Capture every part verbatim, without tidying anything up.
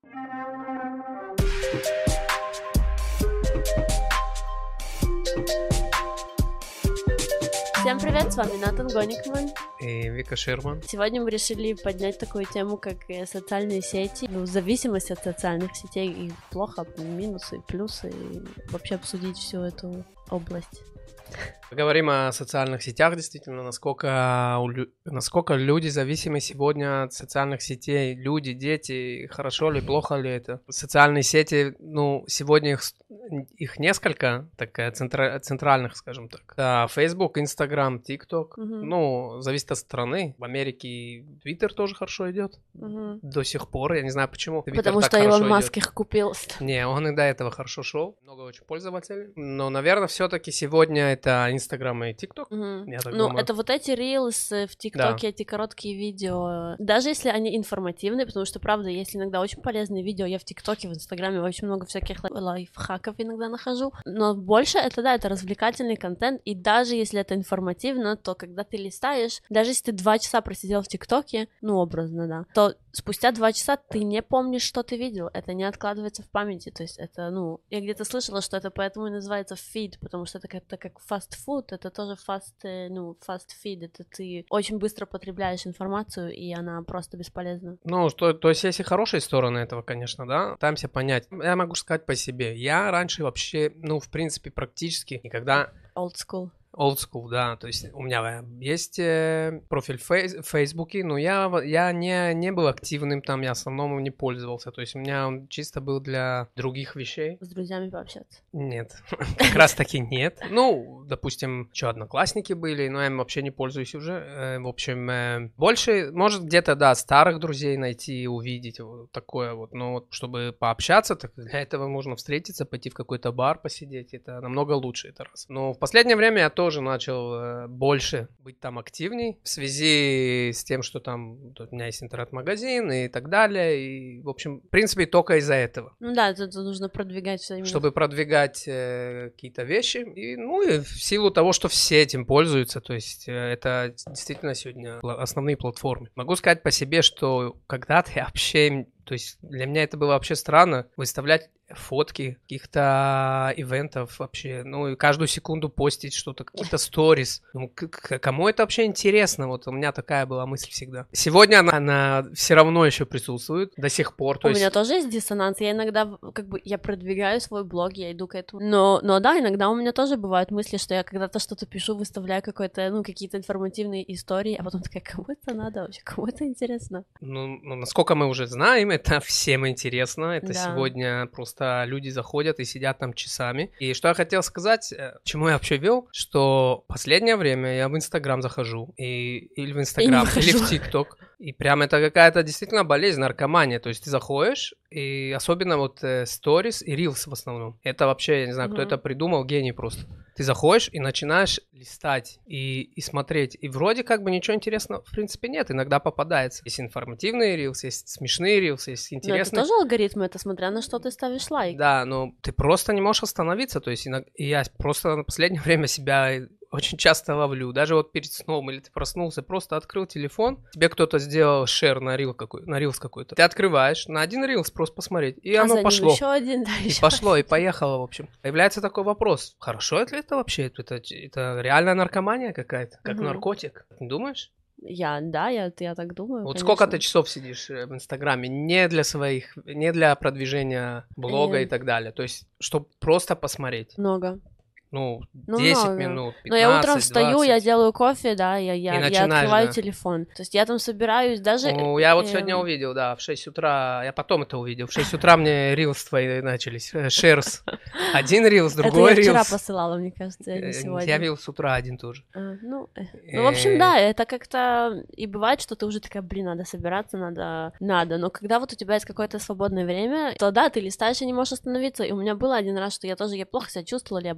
Всем привет, с вами Натан Гоникман и Вика Ширман. Сегодня мы решили поднять такую тему, как социальные сети, ну, зависимость от социальных сетей, и плохо, минусы, плюсы, и вообще обсудить всю эту область. Говорим о социальных сетях, действительно, насколько, насколько люди зависимы сегодня от социальных сетей, люди, дети, хорошо ли, плохо ли это. Социальные сети, ну, сегодня их, их несколько, так, центра, центральных, скажем так. Да, Facebook, Instagram, TikTok, угу. Ну, зависит от страны. В Америке Twitter тоже хорошо идет угу. До сих пор, я не знаю почему. Twitter Потому что Илон Маск их купил. Не, он и до этого хорошо шел, много очень пользователей. Но, наверное, все-таки сегодня это Инстаграм и ТикТок. Угу. Ну, думаю. Это вот эти рилсы в ТикТоке, да. Эти короткие видео. Даже если они информативные, потому что, правда, есть иногда очень полезные видео. Я в ТикТоке, в Инстаграме очень много всяких лайфхаков иногда нахожу. Но больше это, да, это развлекательный контент. И даже если это информативно, то когда ты листаешь, даже если ты два часа просидел в ТикТоке, ну, образно, да, то спустя два часа ты не помнишь, что ты видел. Это не откладывается в памяти. То есть это, ну, я где-то слышала, что это поэтому и называется фид, потому что это как-то как фастфуд, это тоже фаст, ну, фастфид, это ты очень быстро потребляешь информацию, и она просто бесполезна. Ну, что, то есть есть и хорошие стороны этого, конечно, да, пытаемся понять. Я могу сказать по себе, я раньше вообще, ну, в принципе, практически никогда... Old school. Old school, да, то есть у меня есть э, профиль в фейс- Фейсбуке, но я, я не, не был активным там, я в основном не пользовался, то есть у меня он чисто был для других вещей. С друзьями пообщаться? Нет, как раз таки нет. Ну, допустим, еще одноклассники были, но я им вообще не пользуюсь уже. В общем, больше, может, где-то, да, старых друзей найти, увидеть, вот такое вот, но вот, чтобы пообщаться, так для этого можно встретиться, пойти в какой-то бар посидеть, это намного лучше, это раз. Но в последнее время я тоже тоже начал э, больше быть там активней в связи с тем, что там тут у меня есть интернет-магазин и так далее. И, в общем, в принципе, только из-за этого. Ну да, это нужно продвигать все именно. Чтобы продвигать э, какие-то вещи. И, ну и в силу того, что все этим пользуются, то есть э, это действительно сегодня основные платформы. Могу сказать по себе, что когда-то я вообще... То есть для меня это было вообще странно выставлять фотки каких-то ивентов вообще, ну и каждую секунду постить что-то, какие-то сторис. Ну, к- к- кому это вообще интересно? Вот у меня такая была мысль всегда. Сегодня она, она все равно еще присутствует до сих пор. То у есть... меня тоже есть диссонанс. Я иногда как бы я продвигаю свой блог, я иду к этому. Но, но да, иногда у меня тоже бывают мысли, что я когда-то что-то пишу, выставляю какой-то, ну, какие-то информативные истории, а потом такая, кому это надо вообще, кому это интересно? Ну, ну насколько мы уже знаем, это всем интересно. Это да. Сегодня просто люди заходят и сидят там часами. И что я хотел сказать, чему я вообще вел, что последнее время я в Инстаграм захожу, и, или в Инстаграм, или в ТикТок, и прям это какая-то действительно болезнь, наркомания. То есть ты заходишь, и особенно вот сторис э, и рилс в основном. Это вообще, я не знаю, mm-hmm. кто это придумал, гений просто. Ты заходишь и начинаешь листать и, и смотреть. И вроде как бы ничего интересного в принципе нет. Иногда попадается. Есть информативные рилс, есть смешные рилс, есть интересные. Но это тоже алгоритмы, это смотря на что ты ставишь лайк. Да, но ты просто не можешь остановиться. То есть иногда... и я просто на последнее время себя... очень часто ловлю, даже вот перед сном, или ты проснулся, просто открыл телефон, тебе кто-то сделал шер на рил какой, на рилс какой-то, ты открываешь, на один рилс просто посмотреть, и а оно за пошло. Ним еще один, да, и еще пошло, один. И поехало, в общем. Появляется такой вопрос, хорошо ли это вообще? Это, это реальная наркомания какая-то, как угу. наркотик, не думаешь? Я, да, я, я так думаю. Вот конечно. Сколько ты часов сидишь в Инстаграме не для своих, не для продвижения блога э... и так далее, то есть, чтобы просто посмотреть? Много. Ну, ну, десять много. минут, пятнадцать, но я утром встаю, двадцать. Я делаю кофе, да, я, я, я открываю да. телефон. То есть я там собираюсь даже... Ну, я вот э... сегодня увидел, да, в шесть утра, я потом это увидел, в шесть утра мне рилс твои начались, шерс. Один рилс, другой рилс. Это я вчера посылала, мне кажется, не сегодня. Я видел с утра один тоже. А, ну, ну, в общем, да, это как-то... И бывает, что ты уже такая, блин, надо собираться, надо... Надо, но когда вот у тебя есть какое-то свободное время, то да, ты листаешь и не можешь остановиться. И у меня было один раз, что я тоже, я плохо себя чувствовала, или я болела, я не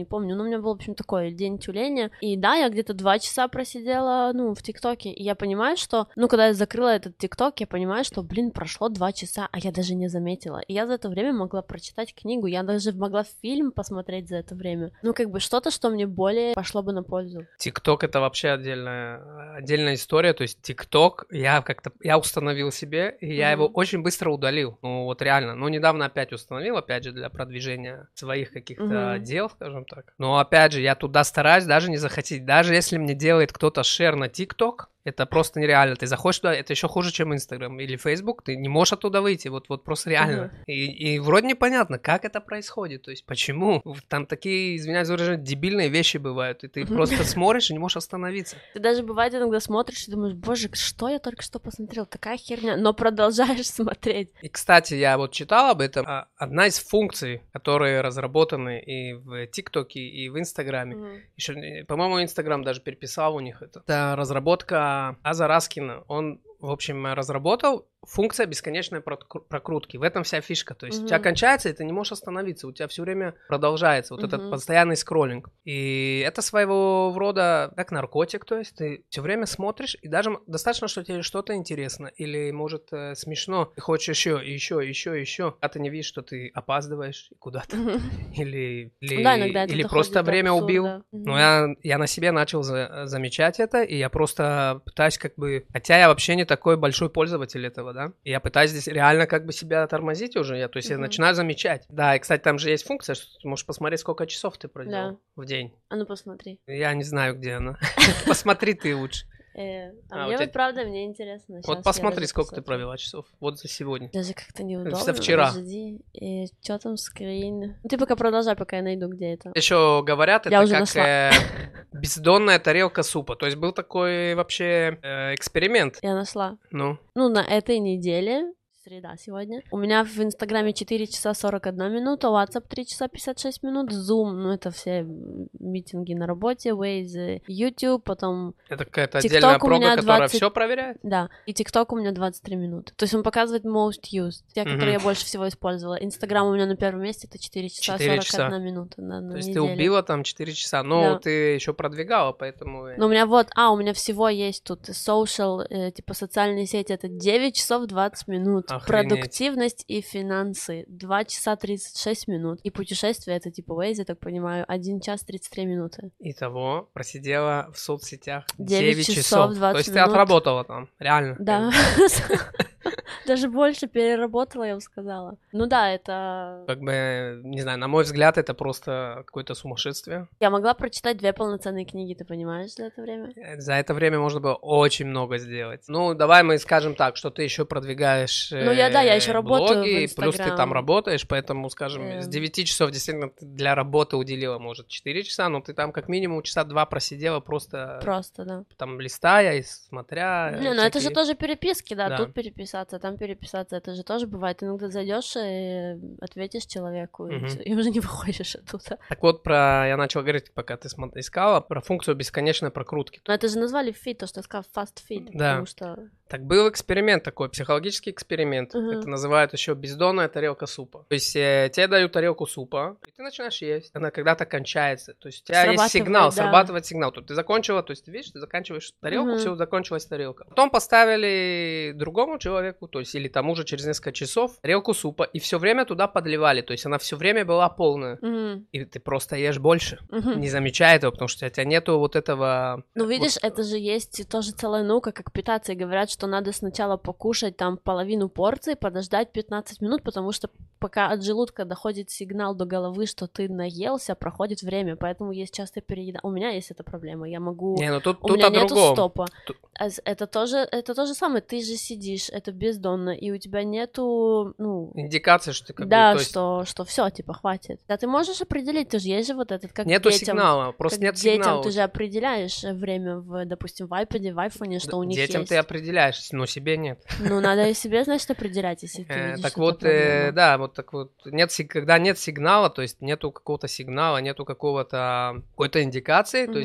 не помню, но у меня был, в общем, такой день тюленя, и да, я где-то два часа просидела, ну, в ТикТоке, и я понимаю, что, ну, когда я закрыла этот ТикТок, я понимаю, что, блин, прошло два часа, а я даже не заметила, и я за это время могла прочитать книгу, я даже могла фильм посмотреть за это время, ну, как бы что-то, что мне более пошло бы на пользу. ТикТок — это вообще отдельная, отдельная история, то есть ТикТок я как-то, я установил себе, и я mm-hmm. его очень быстро удалил, ну, вот реально, ну, недавно опять установил, опять же, для продвижения своих каких-то mm-hmm. дел, скажем так, но, опять же, я туда стараюсь даже не захотеть, даже если мне делает кто-то шер на ТикТок, это просто нереально. Ты заходишь туда, это еще хуже, чем Инстаграм или Фейсбук, ты не можешь оттуда выйти, вот, вот просто реально. Uh-huh. И, и вроде непонятно, как это происходит, то есть почему. Там такие, извиняюсь за выражение, дебильные вещи бывают, и ты uh-huh. просто смотришь и не можешь остановиться. Ты даже бывает иногда смотришь и думаешь, боже, что я только что посмотрел, такая херня, но продолжаешь смотреть. И, кстати, я вот читал об этом, одна из функций, которые разработаны и в ТикТоке, и в Инстаграме, uh-huh. еще, по-моему, Инстаграм даже переписал у них это, это разработка Аза Раскина, он, в общем, разработал функция бесконечной прокрутки. В этом вся фишка. То есть mm-hmm. у тебя кончается, и ты не можешь остановиться. У тебя все время продолжается вот mm-hmm. этот постоянный скроллинг. И это своего рода как наркотик. То есть ты все время смотришь, и даже достаточно, что тебе что-то интересно или, может, э, смешно. Ты хочешь еще, еще, еще, еще. А ты не видишь, что ты опаздываешь куда-то. Mm-hmm. Или, или, да, иногда или просто время абсурд, убил. да. Mm-hmm. Но я, я на себе начал за, замечать это, и я просто пытаюсь как бы... Хотя я вообще не такой большой пользователь этого, да. И я пытаюсь здесь реально как бы себя тормозить уже, я, то есть mm-hmm. я начинаю замечать. Да, и, кстати, там же есть функция, что ты можешь посмотреть, сколько часов ты провел да. в день. А ну посмотри. Я не знаю, где она. Посмотри ты лучше. Э, а, а мне вот, тебя... правда, мне интересно. Сейчас вот посмотри, сколько посмотрю. Ты провела часов. Вот за сегодня. Даже как-то неудобно. За вчера. Подожди. И что там скрин? Ну, ты пока продолжай, пока я найду, где это. Еще говорят, я это как э, бездонная тарелка супа. То есть был такой вообще э, эксперимент. Я нашла. Ну? Ну, на этой неделе... Среда сегодня. У меня в Инстаграме четыре часа сорок одна минута, WhatsApp три часа пятьдесят шесть минут, Zoom, ну это все митинги на работе, Waze, YouTube, потом... Это какая-то отдельная прога, которая все проверяет? Да, и TikTok у меня двадцать три минуты. То есть он показывает most used, те, которые mm-hmm. я больше всего использовала. Инстаграм у меня на первом месте, это четыре часа сорок одна минута на, на То есть неделю. ты убила там четыре часа, но да. ты еще продвигала, поэтому... Но у меня вот, а, у меня всего есть тут social, э, типа социальные сети, это девять часов двадцать минут. Охренеть. Продуктивность и финансы два часа тридцать шесть минут. И путешествие это типа Waze, я так понимаю, один час тридцать три минуты. Итого просидела в соцсетях девять часов двадцать То есть минут. Ты отработала там, реально. Да. Даже больше переработала, я бы сказала. Ну да, это... Как бы, не знаю, на мой взгляд, это просто какое-то сумасшествие. Я могла прочитать две полноценные книги, ты понимаешь, за это время? За это время можно было очень много сделать. Ну, давай мы скажем так, что ты еще продвигаешь э, ну, я, да, я еще работаю блоги, в Инстаграм. Плюс ты там работаешь, поэтому, скажем, эм... с девяти часов действительно ты для работы уделила, может, четыре часа, но ты там как минимум часа два просидела просто... Просто, да. Там листая и смотря... Не, всякие... ну это же тоже переписки, да, да, тут переписаться, там переписаться, это же тоже бывает. Иногда зайдешь и ответишь человеку, угу. и, и уже не выходишь оттуда. Так вот, про я начал говорить, пока ты искала, про функцию бесконечной прокрутки. Но это же назвали фид, то, что я сказала, fast feed, да. потому что... Так был эксперимент такой, психологический эксперимент. Угу. Это называют еще бездонная тарелка супа. То есть э, тебе дают тарелку супа, и ты начинаешь есть. Она когда-то кончается. То есть у тебя есть сигнал, да. срабатывает сигнал. Тут ты закончила, то есть ты видишь, ты заканчиваешь тарелку, угу. все, закончилась тарелка. Потом поставили другому человеку, то есть или тому же через несколько часов, тарелку супа, и все время туда подливали. То есть она все время была полная. Угу. И ты просто ешь больше, угу. не замечая этого, потому что у тебя нету вот этого... Ну видишь, вот... это же есть тоже целая наука, как питаться, и говорят, что надо сначала покушать там половину порции, подождать пятнадцать минут, потому что пока от желудка доходит сигнал до головы, что ты наелся, проходит время, поэтому есть часто переедание. У меня есть эта проблема, я могу... Не, ну тут, У тут меня о нету другом. стопа. Тут... Это тоже, это то же самое, ты же сидишь, это бездонно, и у тебя нету, ну... Индикация, что ты как да, бы... Да, есть... что, что все, типа, хватит. Да, ты можешь определить, ты же есть же вот этот, как нету детям... сигнала, просто как нет детям сигнала. Ты же определяешь время, в, допустим, в iPad, в айфоне, что да, у них детям есть. ты определяешь, но себе нет. Ну, надо и себе, значит, определять, если ты видишь, так вот, да, вот так вот, нет, когда нет сигнала, то есть нету какого-то сигнала, нету какого-то какой-то индикации, mm-hmm. то есть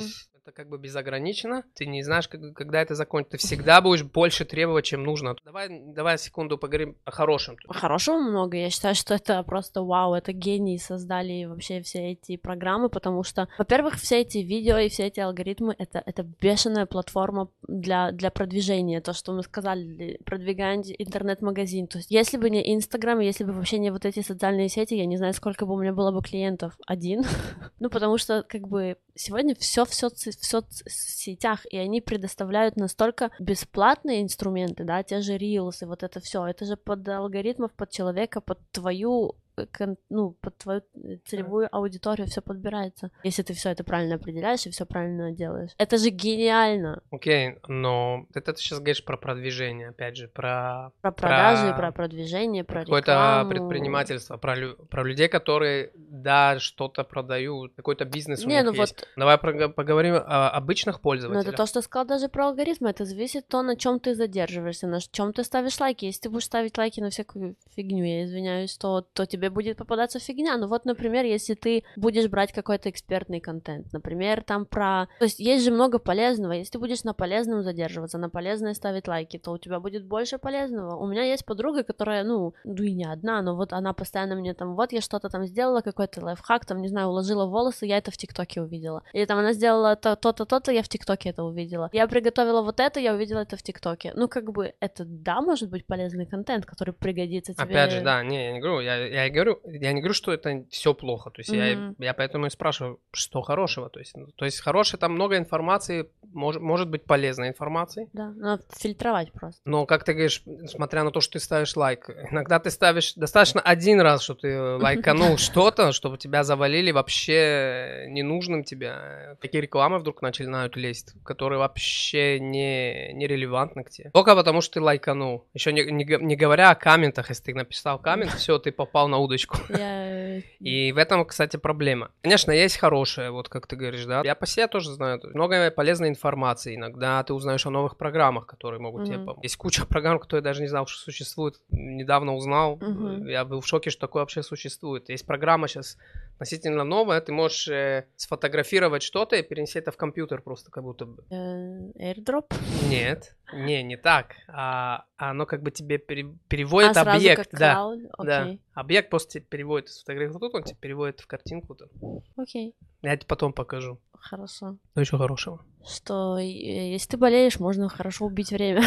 это как бы безограничено, ты не знаешь, как, когда это закончится, ты всегда будешь больше требовать, чем нужно. Давай, давай секунду поговорим о хорошем. Хорошего много, я считаю, что это просто вау, это гении создали вообще все эти программы, потому что, во-первых, все эти видео и все эти алгоритмы, это, это бешеная платформа для, для продвижения, то, что мы сказали, продвигать интернет-магазин, то есть если бы не Инстаграм, если бы вообще не вот эти социальные сети, я не знаю, сколько бы у меня было бы клиентов, один, ну, потому что, как бы, сегодня все в, соц... в соцсетях, и они предоставляют настолько бесплатные инструменты, да, те же рилсы, вот это все, это же под алгоритмов, под человека, под твою, ну, под твою целевую аудиторию все подбирается, если ты все это правильно определяешь и все правильно делаешь. Это же гениально. Окей, okay, но это ты сейчас говоришь про продвижение, опять же, про... Про продажи, про, про продвижение, про какое-то рекламу. предпринимательство, про, лю... про людей, которые, да, что-то продают, какой-то бизнес у Не, них ну есть. Вот... Давай про... поговорим о обычных пользователях. Ну, это то, что сказал даже про алгоритмы, это зависит то, на чем ты задерживаешься, на чем ты ставишь лайки. Если ты будешь ставить лайки на всякую фигню, я извиняюсь, то, то тебе будет попадаться фигня. Ну вот, например, если ты будешь брать какой-то экспертный контент, например, там про... То есть есть же много полезного. Если ты будешь на полезном задерживаться, на полезное ставить лайки, то у тебя будет больше полезного. У меня есть подруга, которая, ну, ну и не одна, но вот она постоянно мне там, вот я что-то там сделала, какой-то лайфхак, там, не знаю, уложила волосы, я это в ТикТоке увидела. Или там она сделала то- то-то, то-то, я в ТикТоке это увидела. Я приготовила вот это, я увидела это в ТикТоке. Ну, как бы, это, да, может быть полезный контент, который пригодится тебе. Опять же, да, не, я не говорю, я, я говорю, я не говорю, что это все плохо, то есть mm-hmm. я, я поэтому и спрашиваю, что хорошего, то есть, то есть хорошее, там много информации, может, может быть полезной информации. Да, надо фильтровать просто. Но, как ты говоришь, смотря на то, что ты ставишь лайк, иногда ты ставишь достаточно один раз, что ты лайканул что-то, чтобы тебя завалили вообще ненужным тебе. Такие рекламы вдруг начинают лезть, которые вообще не, не релевантны к тебе. Только потому, что ты лайканул. Еще не, не, не говоря о комментах, если ты написал коммент, все, ты попал на удочку. Я... И в этом, кстати, проблема. Конечно, есть хорошее, вот как ты говоришь, да. Я по себе тоже знаю. Много полезной информации. Иногда ты узнаешь о новых программах, которые могут mm-hmm. тебе помочь. Есть куча программ, которые я даже не знал, что существуют. Недавно узнал. Mm-hmm. Я был в шоке, что такое вообще существует. Есть программа сейчас относительно новая. Ты можешь э, сфотографировать что-то и перенести это в компьютер просто как будто бы. Uh, AirDrop? Нет. Не, не так. А, оно как бы тебе пере, переводит а, объект. Как да, okay. да. Объект просто тебе переводит с фотографии тут, он тебе переводит в картинку. Окей. Okay. Я тебе потом покажу. Хорошо. Что еще хорошего? Что если ты болеешь, можно хорошо убить время.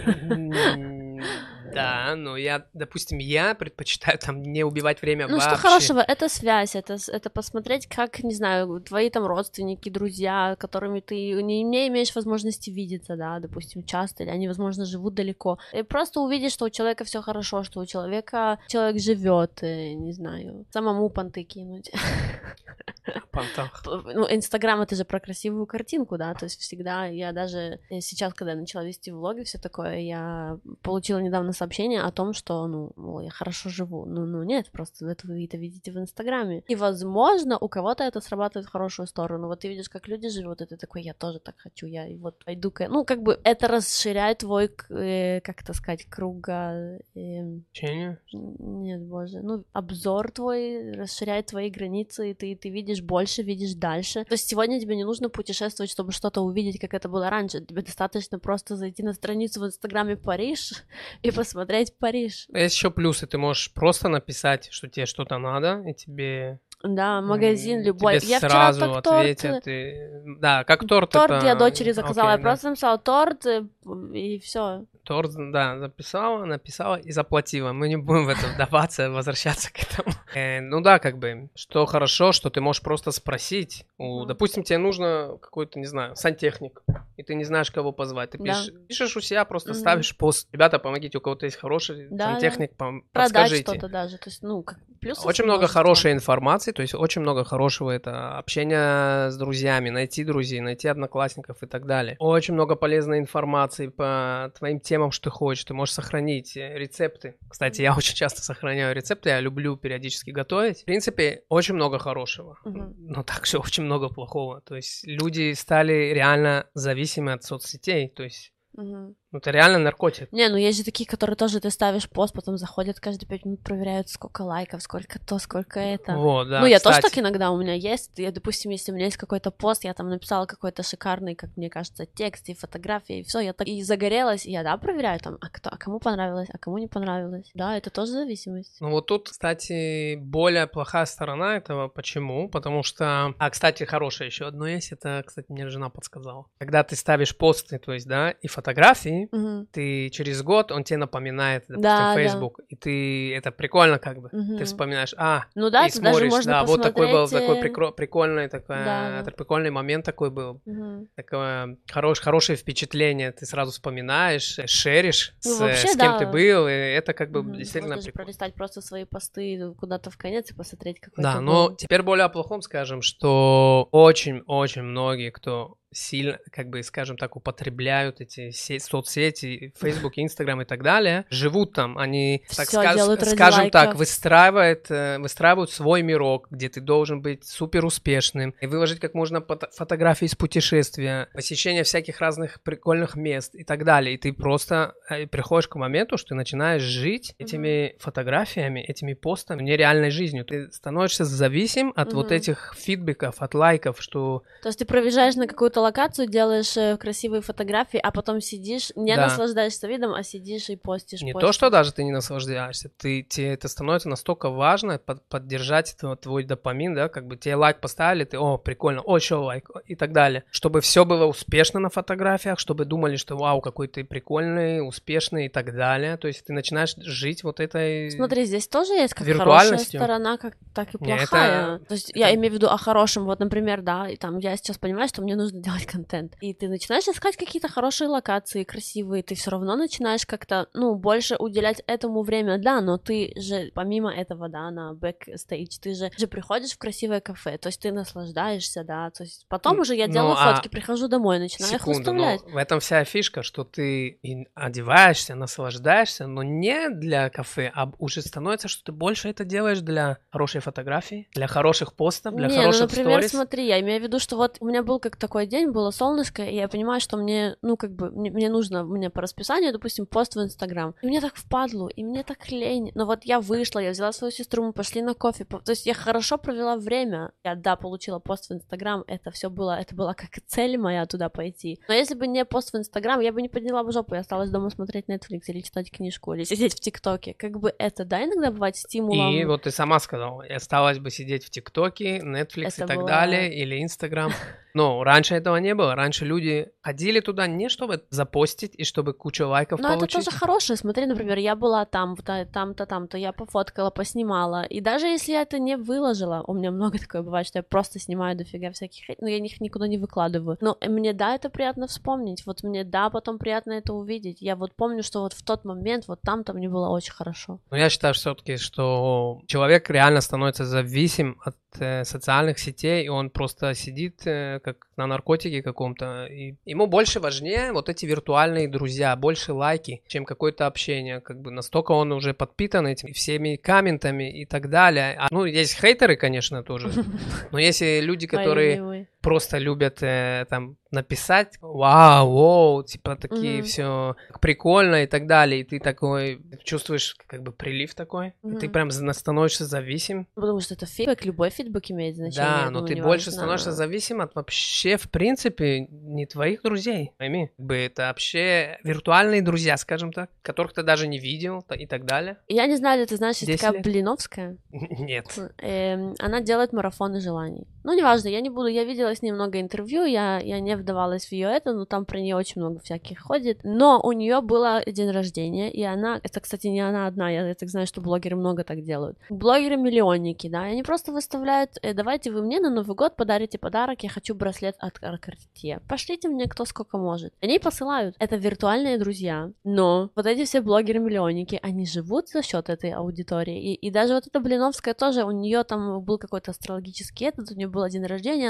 Да, но я, допустим, я предпочитаю там не убивать время ну, вообще. Ну, что хорошего, это связь, это, это посмотреть, как, не знаю, твои там родственники, друзья, которыми ты не, не имеешь возможности видеться, да, допустим, часто, или они, возможно, живут далеко. И просто увидеть, что у человека все хорошо, что у человека человек живет, не знаю, самому понты кинуть. Понтах. Ну, Инстаграм — это же про красивую картинку, да, то есть всегда я даже сейчас, когда я начала вести влоги, все такое, я получила недавно сообщение о том, что, ну, мол, я хорошо живу. Ну, ну, нет, просто это вы это видите в Инстаграме. И, возможно, у кого-то это срабатывает в хорошую сторону. Вот ты видишь, как люди живут, и ты такой, я тоже так хочу, я и вот пойду-ка. Ну, как бы это расширяет твой, э, как это сказать, круга... Э, Чение? Нет, боже. Ну, обзор твой расширяет твои границы, и ты, ты видишь больше, видишь дальше. То есть сегодня тебе не нужно путешествовать, чтобы что-то увидеть, как это было раньше. Тебе достаточно просто зайти на страницу в Инстаграме Париж и посмотреть Париж. Есть еще плюсы. Ты можешь просто написать, что тебе что-то надо, и тебе... Да, магазин любой. Тебе я сразу вчера так ответят. торт... И... Да, как торт. Торт это... я дочери заказала. Okay, я да. просто написала торт, и все. Торт, да, записала, написала и заплатила. Мы не будем в это вдаваться, возвращаться к этому. Э, ну да, как бы, что хорошо, что ты можешь просто спросить. У, допустим, тебе нужно какой-то, не знаю, сантехник, и ты не знаешь, кого позвать. Ты пишешь, да. пишешь у себя, просто mm-hmm. ставишь пост. Ребята, помогите, у кого-то есть хороший да, сантехник, да. Пом- Продать подскажите. что-то даже. То есть, ну, плюс очень много хорошей информации, то есть очень много хорошего. Это общение с друзьями, найти друзей, найти одноклассников и так далее. Очень много полезной информации по твоим темам, что ты хочешь, ты можешь сохранить рецепты. Кстати, я очень часто сохраняю рецепты, я люблю периодически готовить. В принципе, очень много хорошего, uh-huh. но также очень много плохого. То есть люди стали реально зависимы от соцсетей, то есть uh-huh. Ну, это реально наркотик. Не, ну есть же такие, которые тоже ты ставишь пост, потом заходят каждые пять минут, проверяют, сколько лайков, сколько то, сколько это. Вот, да, ну, я кстати. тоже так иногда у меня есть. Я, допустим, если у меня есть какой-то пост, я там написала какой-то шикарный, как мне кажется, текст и фотографии, и все, я так и загорелась, и я, да, проверяю там, а, кто, а кому понравилось, а кому не понравилось. Да, это тоже зависимость. Ну, вот тут, кстати, более плохая сторона этого. Почему? Потому что... А, кстати, хорошее еще одно есть. Это, кстати, мне жена подсказала. Когда ты ставишь посты, то есть, да, и фотографии, угу. ты через год, он тебе напоминает, допустим, да, Facebook, да. и ты... Это прикольно как бы. Угу. Ты вспоминаешь, а, ну да, и смотришь, да, вот такой был, такой прикро... прикольный, такой, да. это прикольный момент такой был. Угу. Такое хорош... хорошее впечатление. Ты сразу вспоминаешь, шеришь, ну, с, вообще, с кем да. ты был, и это как бы угу. действительно можно прикольно. Пролистать просто свои посты куда-то в конец и посмотреть, какой Да, это но был. теперь более о плохом скажем, что очень-очень многие, кто сильно, как бы, скажем так, употребляют эти сеть, соцсети, Facebook, Instagram и так далее, живут там, они, так скаж, скажем так, выстраивают, выстраивают свой мирок, где ты должен быть супер успешным, и выложить как можно фотографии из путешествия, посещения всяких разных прикольных мест и так далее, и ты просто приходишь к моменту, что ты начинаешь жить этими mm-hmm. фотографиями, этими постами, нереальной жизнью, ты становишься зависим от mm-hmm. вот этих фидбэков, от лайков, что... То есть ты проезжаешь на какую-то локацию, делаешь э, красивые фотографии, а потом сидишь, не да. наслаждаешься видом, а сидишь и постишь. Не постишь. то, что даже ты не наслаждаешься, ты, тебе это становится настолько важно, под, поддержать твой, твой допамин, да, как бы тебе лайк поставили, ты, о, прикольно, о, еще лайк, и так далее. Чтобы все было успешно на фотографиях, чтобы думали, что вау, какой ты прикольный, успешный и так далее. То есть ты начинаешь жить вот этой Смотри, здесь тоже есть как хорошая сторона, как так и плохая. Это... То есть это... я имею в виду о хорошем, вот, например, да, и там я сейчас понимаю, что мне нужно делать контент. И ты начинаешь искать какие-то хорошие локации, красивые, ты все равно начинаешь как-то, ну, больше уделять этому время, да, но ты же, помимо этого, да, на бэкстейдж, ты же, же приходишь в красивое кафе, то есть ты наслаждаешься, да, то есть потом уже я делаю ну, фотки, а... прихожу домой, начинаю Секунду, их выставлять. В этом вся фишка, что ты одеваешься, наслаждаешься, но не для кафе, а уже становится, что ты больше это делаешь для хорошей фотографии, для хороших постов, для не, хороших ну, например, сторис. Смотри, я имею в виду, что вот у меня был как такой день, было солнышко, и я понимаю, что мне, ну, как бы, мне, мне нужно, мне по расписанию, допустим, пост в Инстаграм. И мне так впадлу, и мне так лень. Но вот я вышла, я взяла свою сестру, мы пошли на кофе. То есть я хорошо провела время. Я, да, получила пост в Инстаграм, это все было, это была как цель моя туда пойти. Но если бы не пост в Инстаграм, я бы не подняла бы жопу, я осталась дома смотреть Netflix или читать книжку, или сидеть в ТикТоке. Как бы это, да, иногда бывает стимулом. И вот ты сама сказала, я осталась бы сидеть в ТикТоке, Netflix это и так было... далее, или Инстаграм. Но раньше этого не было. Раньше люди ходили туда не чтобы запостить и чтобы кучу лайков Но получить. Но это тоже хорошее. Смотри, например, я была там, там-то, там-то, я пофоткала, поснимала. И даже если я это не выложила, у меня много такое бывает, что я просто снимаю дофига всяких, но я их никуда не выкладываю. Но мне, да, это приятно вспомнить. Вот мне, да, потом приятно это увидеть. Я вот помню, что вот в тот момент, вот там-то мне было очень хорошо. Но я считаю все-таки, что человек реально становится зависим от э, социальных сетей, и он просто сидит э, как на наркотике каком-то. И ему больше важнее вот эти виртуальные друзья, больше лайки, чем какое-то общение. Как бы настолько он уже подпитан этими всеми комментами и так далее. А, ну, есть хейтеры, конечно, тоже. Но есть и люди, которые просто любят э, там написать вау, воу, типа такие mm-hmm. все прикольно и так далее, и ты такой чувствуешь как бы прилив такой, mm-hmm. и ты прям становишься зависим. Потому что это фидбэк, любой фидбэк имеет значение. Да, но думаю, ты больше важно. становишься зависим от вообще, в принципе, не твоих друзей, пойми. Как бы это вообще виртуальные друзья, скажем так, которых ты даже не видел и так далее. Я не знаю, ты знаешь, есть такая лет? Блиновская. Нет. Эм, она делает марафоны желаний. Ну, неважно, я не буду, я видела с ней много интервью, я, я не вдавалась в ее это, но там про нее очень много всяких ходит. Но у нее было день рождения, и она, это, кстати, не она одна, я, я так знаю, что блогеры много так делают. Блогеры-миллионники, да, и они просто выставляют, э, давайте вы мне на Новый год подарите подарок, я хочу браслет от Cartier. Пошлите мне кто сколько может. Они посылают. Это виртуальные друзья, но вот эти все блогеры-миллионники, они живут за счет этой аудитории. И, и даже вот эта Блиновская тоже, у нее там был какой-то астрологический этот, у нее был день рождения, она сказала,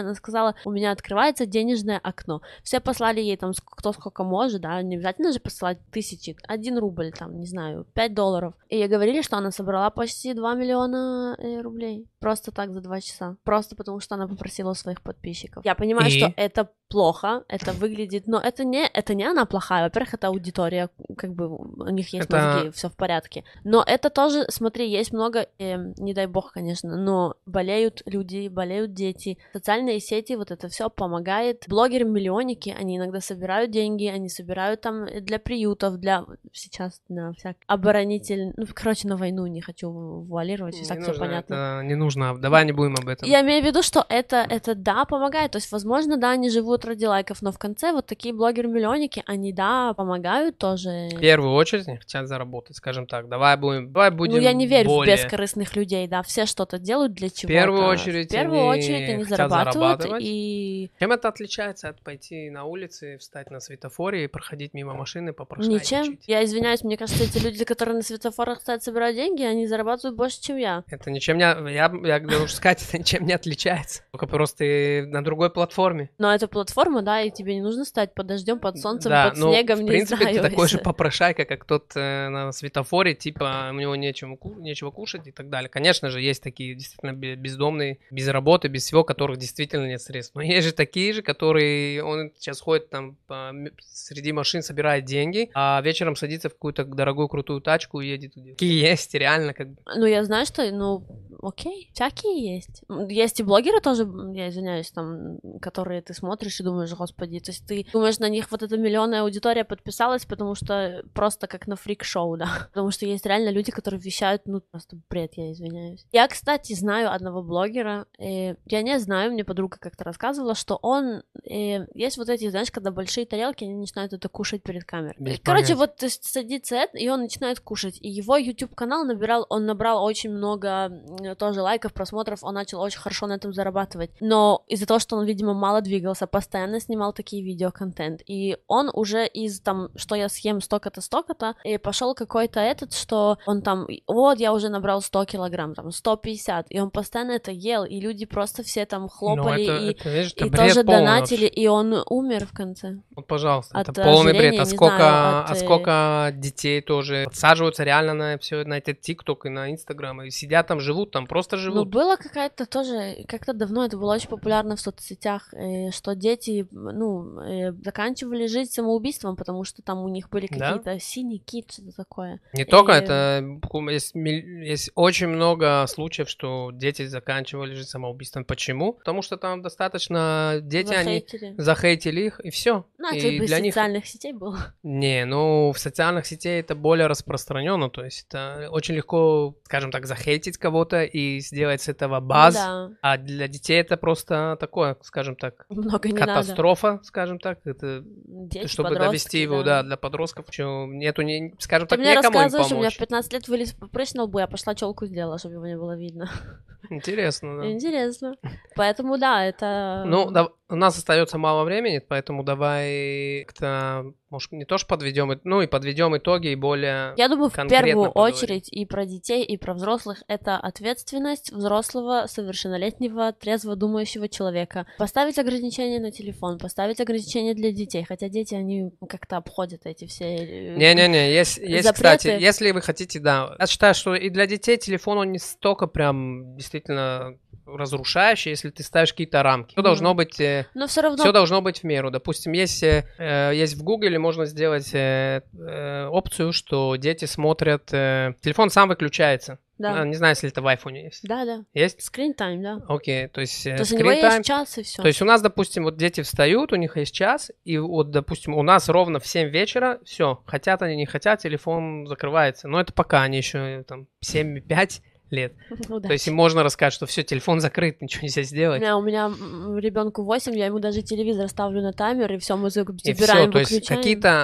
сказала, у меня открывается денежное окно. Все послали ей там кто сколько может, да, не обязательно же посылать тысячи, один рубль, там, не знаю, пять долларов. И ей говорили, что она собрала почти два миллиона э, рублей. Просто так за два часа. Просто потому, что она попросила у своих подписчиков. Я понимаю, И? что это плохо, это выглядит, но это не, это не она плохая. Во-первых, это аудитория, как бы у них есть Это- мозги, все в порядке. Но это тоже, смотри, есть много, э, не дай бог, конечно, но болеют люди, болеют дети. Социальные сети, вот это все помогает. Блогеры-миллионники, они иногда собирают деньги, они собирают там для приютов, для сейчас на всяк оборонитель, ну, короче, на войну не хочу вуалировать, и Не так все нужно, понятно. это не нужно, давай не будем об этом. Я имею в виду, что это, это да, помогает. То есть, возможно, да, они живут ради лайков, но в конце вот такие блогеры-миллионники, они, да, помогают тоже. В первую очередь они хотят заработать, скажем так. Давай будем, давай будем Ну, я не верю более... в бескорыстных людей, да, все что-то делают для чего-то. В первую очередь В первую они очередь они хотят зарабатывают, зарабатывать. и Чем это отличается от пойти на улице, встать на светофоре и проходить мимо машины, попрошайничать? ничем. Я извиняюсь, мне кажется, эти люди, которые на светофорах стоят, собирают деньги, они зарабатывают больше, чем я. Это ничем не... Я, я должен сказать, это ничем не отличается. Только просто и на другой платформе. Но это платформа, да, и тебе не нужно стать под дождем, под солнцем, Да, под ну, снегом, в не принципе, знаю. ты такой же если- попрошайка, как тот э, на светофоре, типа, у него нечего, ку- нечего кушать и так далее. Конечно же, есть такие действительно бе- бездомные, без работы, без всего, у которых действительно нет средств. Но есть же такие же, которые, он сейчас ходит там по м- среди машин, собирает деньги, а вечером садится в какую-то дорогую крутую тачку и едет. Такие есть, реально, как бы. Ну, я знаю, что, ну, окей, всякие есть. М, Есть и блогеры тоже, м, я извиняюсь, там, которые ты смотришь и думаешь, господи, то есть ты думаешь, на них вот эта миллионная аудитория подписалась, потому что просто как на фрик-шоу, да. Потому что есть реально люди, которые вещают, ну, просто бред, я извиняюсь. Я, кстати, знаю одного блогера, э, я не знаю, мне подруга как-то рассказывала, что он, э, есть вот эти, знаешь, когда большие тарелки, они начинают это кушать перед камерой. Без Короче, понятия. вот то есть, садится это, и он начинает кушать. И его YouTube-канал набирал, он набрал очень много м, тоже лайков, просмотров, он начал очень хорошо на этом зарабатывать. Но из-за того, что он, видимо, мало двигался, постоянно снимал такие видеоконтент. И он уже из там, что я съем столько-то, столько-то, и пошел какой-то этот, что он там, вот, я уже набрал сто килограмм, там, сто пятьдесят, и он постоянно это ел, и люди просто все там Ну, хлопали, это, и, это, видишь, это и бред тоже полный донатили, вообще. и он умер в конце. Вот, пожалуйста, От это полный ожирения, бред. А не сколько, знаю, от, а э, сколько детей тоже подсаживаются реально на все, на этот ТикТок и на Инстаграм, и сидят там, живут там, просто Ну, живут. было какая-то тоже, как-то давно это было очень популярно в соцсетях, э, что дети, ну, э, заканчивали жизнь самоубийством, потому что там у них были Да? какие-то синяки, что-то такое. Не только И- это, есть, миль- есть очень много случаев, что дети заканчивали жизнь самоубийством. Почему? Потому что там достаточно дети, они Захейтили. захейтили их, и все. Ну, это и бы из для них социальных сетей было. не, ну в социальных сетях это более распространено, то есть это очень легко, скажем так, захейтить кого-то и сделать с этого баз, Ну да, а для детей это просто такое, скажем так, много не надо. катастрофа, скажем так, это Дети, чтобы подростки, довести его, да, для подростков, чё, нету, не, скажем Ты так, мне некому им рассказываешь, у меня помочь. в пятнадцать лет вылез прыщ на лбу, я пошла челку сделала, чтобы его не было видно. Интересно, да. Интересно. Поэтому да, это... Ну, да, у нас остается мало времени, поэтому давай как-то, может, не то что подведем, ну и подведем итоги и более... Я думаю, в конкретно первую поговорим. очередь и про детей, и про взрослых это ответственность взрослого, совершеннолетнего, трезво думающего человека. Поставить ограничения на телефон, поставить ограничения для детей, хотя дети, они как-то обходят эти все... э, Не-не-не, есть, есть запреты. кстати, если вы хотите, да, я считаю, что и для детей телефон, он не столько прям действительно разрушающий, если ты ставишь какие-то рамки. Все Мгм. должно быть... э, Но все равно... Все должно быть в меру. Допустим, есть, э, э, есть в Гугле можно сделать э, э, опцию, что дети смотрят... э, телефон сам выключается. Да. А, Не знаю, если это в айфоне есть. Да, да. Есть? Screen time, да. Окей, то есть э, То есть у него screen time. есть час и все. То есть у нас, допустим, вот дети встают, у них есть час, и вот, допустим, у нас ровно в семь вечера, все, хотят они, не хотят, телефон закрывается. Но это пока они еще э, там семь-пять лет. То есть им можно рассказать, что все, телефон закрыт, ничего нельзя У сделать. меня, у меня ребенку восемь, я ему даже телевизор ставлю на таймер, и все, мы И забираем, все, то есть выключаем. какие-то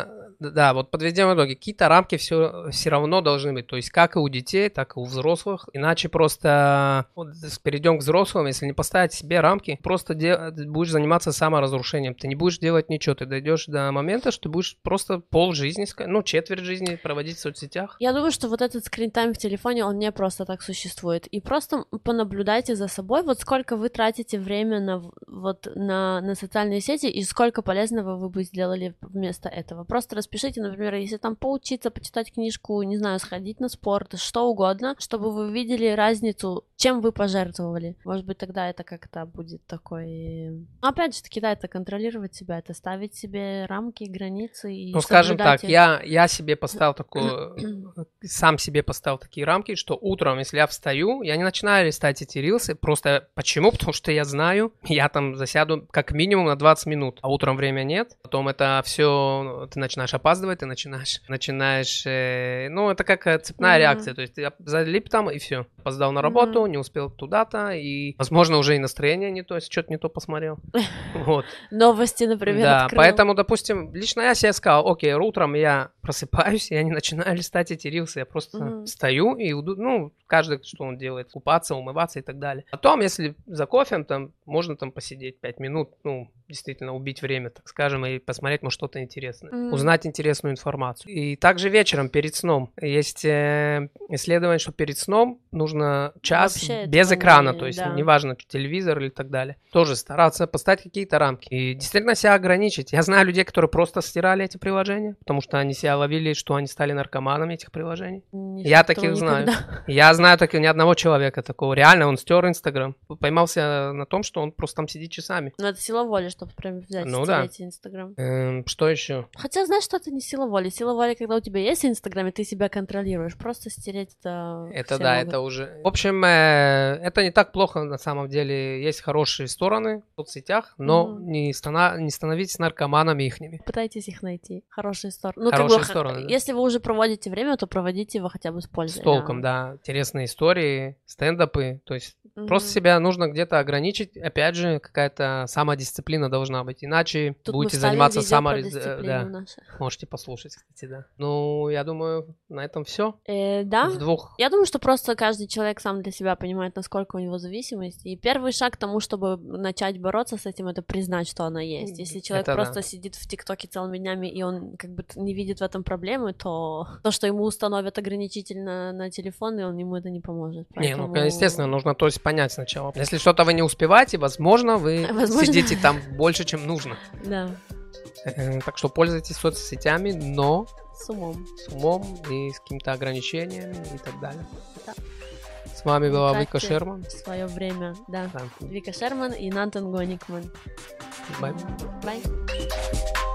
Да, вот подведем итоги. Какие-то рамки все, все равно должны быть. То есть как и у детей, так и у взрослых. Иначе просто вот, перейдем к взрослым. Если не поставить себе рамки, просто де- будешь заниматься саморазрушением. Ты не будешь делать ничего. Ты дойдешь до момента, что ты будешь просто пол жизни, ну, четверть жизни проводить в соцсетях. Я думаю, что вот этот скрин-тайм в телефоне, он не просто так существует. И просто понаблюдайте за собой, вот сколько вы тратите время на, вот, на, на социальные сети и сколько полезного вы бы сделали вместо этого. Просто распишите, например, если там поучиться, почитать книжку, не знаю, сходить на спорт, что угодно, чтобы вы видели разницу, чем вы пожертвовали. Может быть, тогда это как-то будет такой... Опять же таки, да, это контролировать себя, это ставить себе рамки, границы и Ну, скажем так, их. я, я себе поставил такую... сам себе поставил такие рамки, что утром, если я встаю, я не начинаю листать эти рилсы. Просто почему? Потому что я знаю, я там засяду как минимум на двадцать минут, а утром время нет. Потом это все, ты начинаешь опаздывать, ты начинаешь, начинаешь, э, ну, это как цепная mm-hmm. реакция. То есть я залип там, и все. Опоздал на работу, mm-hmm. не успел туда-то, и, возможно, уже и настроение не то, если что-то не то посмотрел. Вот. Новости, например, Да, открыл. поэтому, допустим, лично я себе сказал, окей, утром я просыпаюсь, я не начинаю листать эти рилсы, я просто mm-hmm. встаю и, ну, каждый, что он делает, купаться, умываться и так далее. Потом, если за кофе, там, можно там посидеть пять минут, ну, действительно убить время, так скажем, и посмотреть, может, что-то интересное, mm-hmm. узнать интересную информацию. И также вечером, перед сном, есть э, исследование, что перед сном нужно час вообще без экрана, не, то есть да. неважно, телевизор или так далее. Тоже стараться поставить какие-то рамки и действительно себя ограничить. Я знаю людей, которые просто стирали эти приложения, потому что они себя ловили, что они стали наркоманами этих приложений. Не Я таких никогда. знаю. Я знаю так, ни одного человека такого. Реально, он стер Инстаграм. Поймался на том, что он просто там сидит часами. Ну, это сила воли, чтобы прям взять ну, да. Инстаграм. Эм, что еще? Хотя, знаешь, что это не сила воли. Сила воли, когда у тебя есть Инстаграм, и ты себя контролируешь. Просто стереть это... Это да, могут. Это уже... В общем, э, это не так плохо на самом деле. Есть хорошие стороны в соцсетях, но mm-hmm. не, стана... не становитесь наркоманами ихними. Пытайтесь их найти. Хорошие стороны. Ну, хорошие как бы, стороны, да. Если вы уже проводите время, то проводите его хотя бы с пользой. С толком, да. да. Интересные истории, стендапы. То есть mm-hmm. просто себя нужно где-то ограничить. Опять же, какая-то самодисциплина должна быть. Иначе Тут будете заниматься самодисциплиной. Да. Можете послушать, кстати, да. Ну, я думаю, на этом все. Э, да. В двух. Я думаю, что просто каждый человек сам для себя понимает, насколько у него зависимость. И первый шаг к тому, чтобы начать бороться с этим, это признать, что она есть. Если человек это просто да. сидит в ТикТоке целыми днями, и он как бы не видит в этом проблемы, то то, что ему установят ограничитель на, на телефон, и он ему это не поможет. Поэтому... Не, ну, естественно, нужно то есть понять сначала. Если что-то вы не успеваете, возможно, вы возможно... сидите там больше, чем нужно. Да. Так что пользуйтесь соцсетями, но с умом. С умом и с какими-то ограничениями и так далее. Да. С вами была Тратьте Вика Шерман. В свое время, да. да. Вика Шерман и Натан Гоникман. Бай. Бай.